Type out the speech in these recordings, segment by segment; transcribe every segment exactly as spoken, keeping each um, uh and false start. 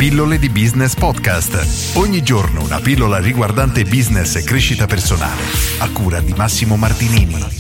Pillole di Business Podcast. Ogni giorno una pillola riguardante business e crescita personale. A cura di Massimo Martinini.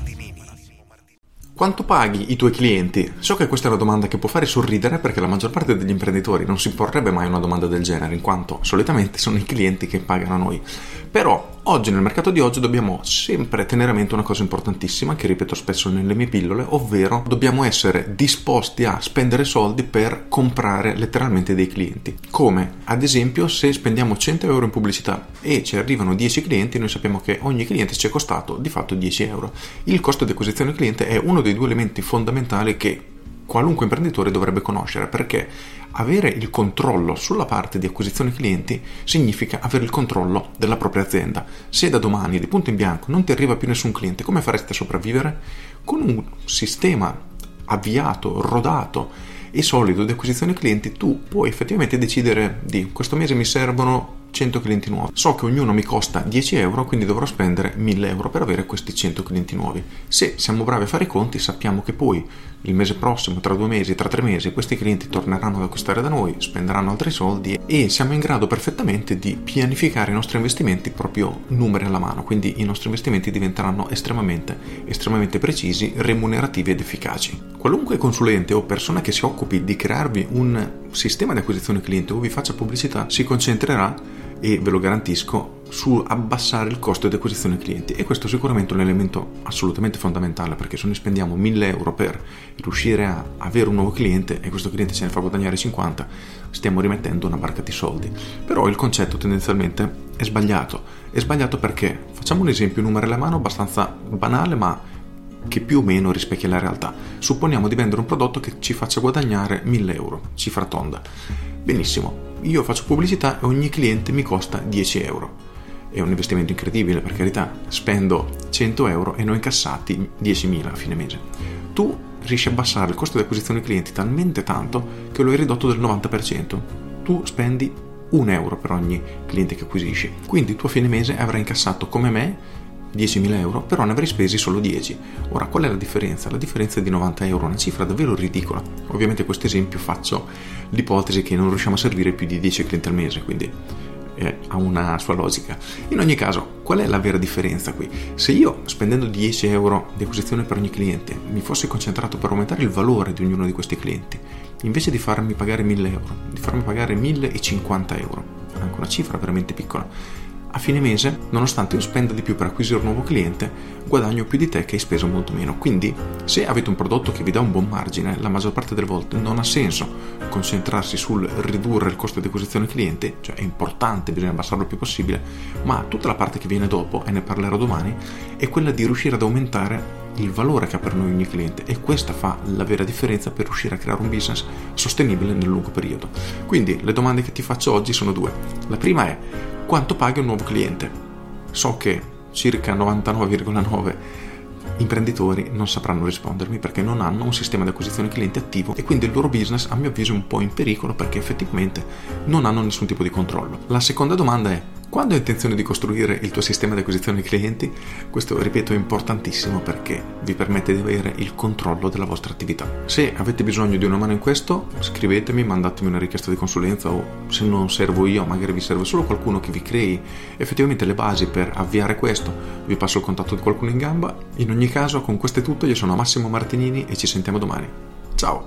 Quanto paghi i tuoi clienti? So che questa è una domanda che può fare sorridere perché la maggior parte degli imprenditori non si porrebbe mai una domanda del genere, in quanto solitamente sono i clienti che pagano a noi. Però oggi, nel mercato di oggi, dobbiamo sempre tenere a mente una cosa importantissima che ripeto spesso nelle mie pillole, ovvero dobbiamo essere disposti a spendere soldi per comprare letteralmente dei clienti. Come? Ad esempio, se spendiamo cento euro in pubblicità e ci arrivano dieci clienti, noi sappiamo che ogni cliente ci è costato di fatto dieci euro. Il costo di acquisizione cliente è uno dei due elementi fondamentali che qualunque imprenditore dovrebbe conoscere, perché avere il controllo sulla parte di acquisizione clienti significa avere il controllo della propria azienda. Se da domani di punto in bianco non ti arriva più nessun cliente, come faresti a sopravvivere? Con un sistema avviato, rodato e solido di acquisizione clienti, tu puoi effettivamente decidere di questo mese mi servono cento clienti nuovi. So che ognuno mi costa dieci euro, quindi dovrò spendere mille euro per avere questi cento clienti nuovi. Se siamo bravi a fare i conti, sappiamo che poi il mese prossimo, tra due mesi, tra tre mesi, questi clienti torneranno ad acquistare da noi, spenderanno altri soldi e siamo in grado perfettamente di pianificare i nostri investimenti proprio numeri alla mano. Quindi i nostri investimenti diventeranno estremamente, estremamente precisi, remunerativi ed efficaci. Qualunque consulente o persona che si occupi di crearvi un sistema di acquisizione cliente o vi faccia pubblicità si concentrerà, e ve lo garantisco, su abbassare il costo di acquisizione clienti, e questo è sicuramente un elemento assolutamente fondamentale, perché se noi spendiamo mille euro per riuscire a avere un nuovo cliente e questo cliente ce ne fa guadagnare cinquanta, stiamo rimettendo una barca di soldi. Però il concetto tendenzialmente è sbagliato. È sbagliato perché, facciamo un esempio, un numero alla mano abbastanza banale ma che più o meno rispecchia la realtà. Supponiamo di vendere un prodotto che ci faccia guadagnare mille euro, cifra tonda. Benissimo, io faccio pubblicità e ogni cliente mi costa dieci euro. È un investimento incredibile, per carità, spendo cento euro e ne ho incassati diecimila a fine mese. Tu riesci a abbassare il costo di acquisizione clienti talmente tanto che lo hai ridotto del novanta per cento. Tu spendi un euro per ogni cliente che acquisisci, quindi tu a fine mese avrai incassato come me diecimila euro, però ne avrei spesi solo dieci. Ora, qual è la differenza? La differenza è di novanta euro, una cifra davvero ridicola. Ovviamente questo esempio faccio l'ipotesi che non riusciamo a servire più di dieci clienti al mese, quindi eh, ha una sua logica. In ogni caso, qual è la vera differenza qui? Se io, spendendo dieci euro di acquisizione per ogni cliente, mi fossi concentrato per aumentare il valore di ognuno di questi clienti, invece di farmi pagare mille euro, di farmi pagare millecinquanta euro, anche una cifra veramente piccola, a fine mese, nonostante io spenda di più per acquisire un nuovo cliente, guadagno più di te che hai speso molto meno. Quindi, se avete un prodotto che vi dà un buon margine, la maggior parte delle volte non ha senso concentrarsi sul ridurre il costo di acquisizione cliente, cioè è importante, bisogna abbassarlo il più possibile, ma tutta la parte che viene dopo, e ne parlerò domani, è quella di riuscire ad aumentare il valore che ha per noi ogni cliente, e questa fa la vera differenza per riuscire a creare un business sostenibile nel lungo periodo. Quindi le domande che ti faccio oggi sono due. La prima è: quanto paghi un nuovo cliente? So che circa novantanove virgola nove imprenditori non sapranno rispondermi perché non hanno un sistema di acquisizione clienti attivo, e quindi il loro business, a mio avviso, è un po' in pericolo perché effettivamente non hanno nessun tipo di controllo. La seconda domanda è: quando hai intenzione di costruire il tuo sistema di acquisizione clienti? Questo, ripeto, è importantissimo perché vi permette di avere il controllo della vostra attività. Se avete bisogno di una mano in questo, scrivetemi, mandatemi una richiesta di consulenza, o se non servo io, magari vi serve solo qualcuno che vi crei effettivamente le basi per avviare questo, vi passo il contatto di qualcuno in gamba. In ogni caso, con questo è tutto. Io sono Massimo Martinini e ci sentiamo domani. Ciao!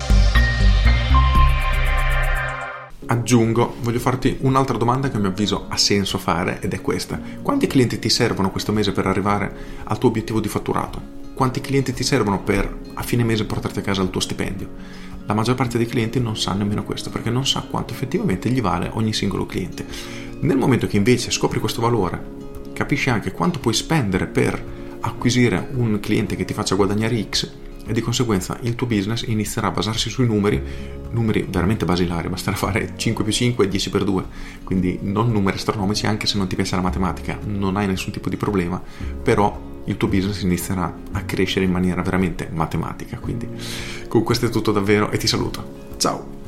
Aggiungo, voglio farti un'altra domanda che a mio avviso ha senso fare, ed è questa: quanti clienti ti servono questo mese per arrivare al tuo obiettivo di fatturato? Quanti clienti ti servono per a fine mese portarti a casa il tuo stipendio? La maggior parte dei clienti non sa nemmeno questo, perché non sa quanto effettivamente gli vale ogni singolo cliente. Nel momento che invece scopri questo valore, capisci anche quanto puoi spendere per acquisire un cliente che ti faccia guadagnare X, e di conseguenza il tuo business inizierà a basarsi sui numeri, numeri veramente basilari, basterà fare cinque più cinque e dieci per due, quindi non numeri astronomici. Anche se non ti piace la matematica non hai nessun tipo di problema, però il tuo business inizierà a crescere in maniera veramente matematica. Quindi con questo è tutto davvero e ti saluto, ciao!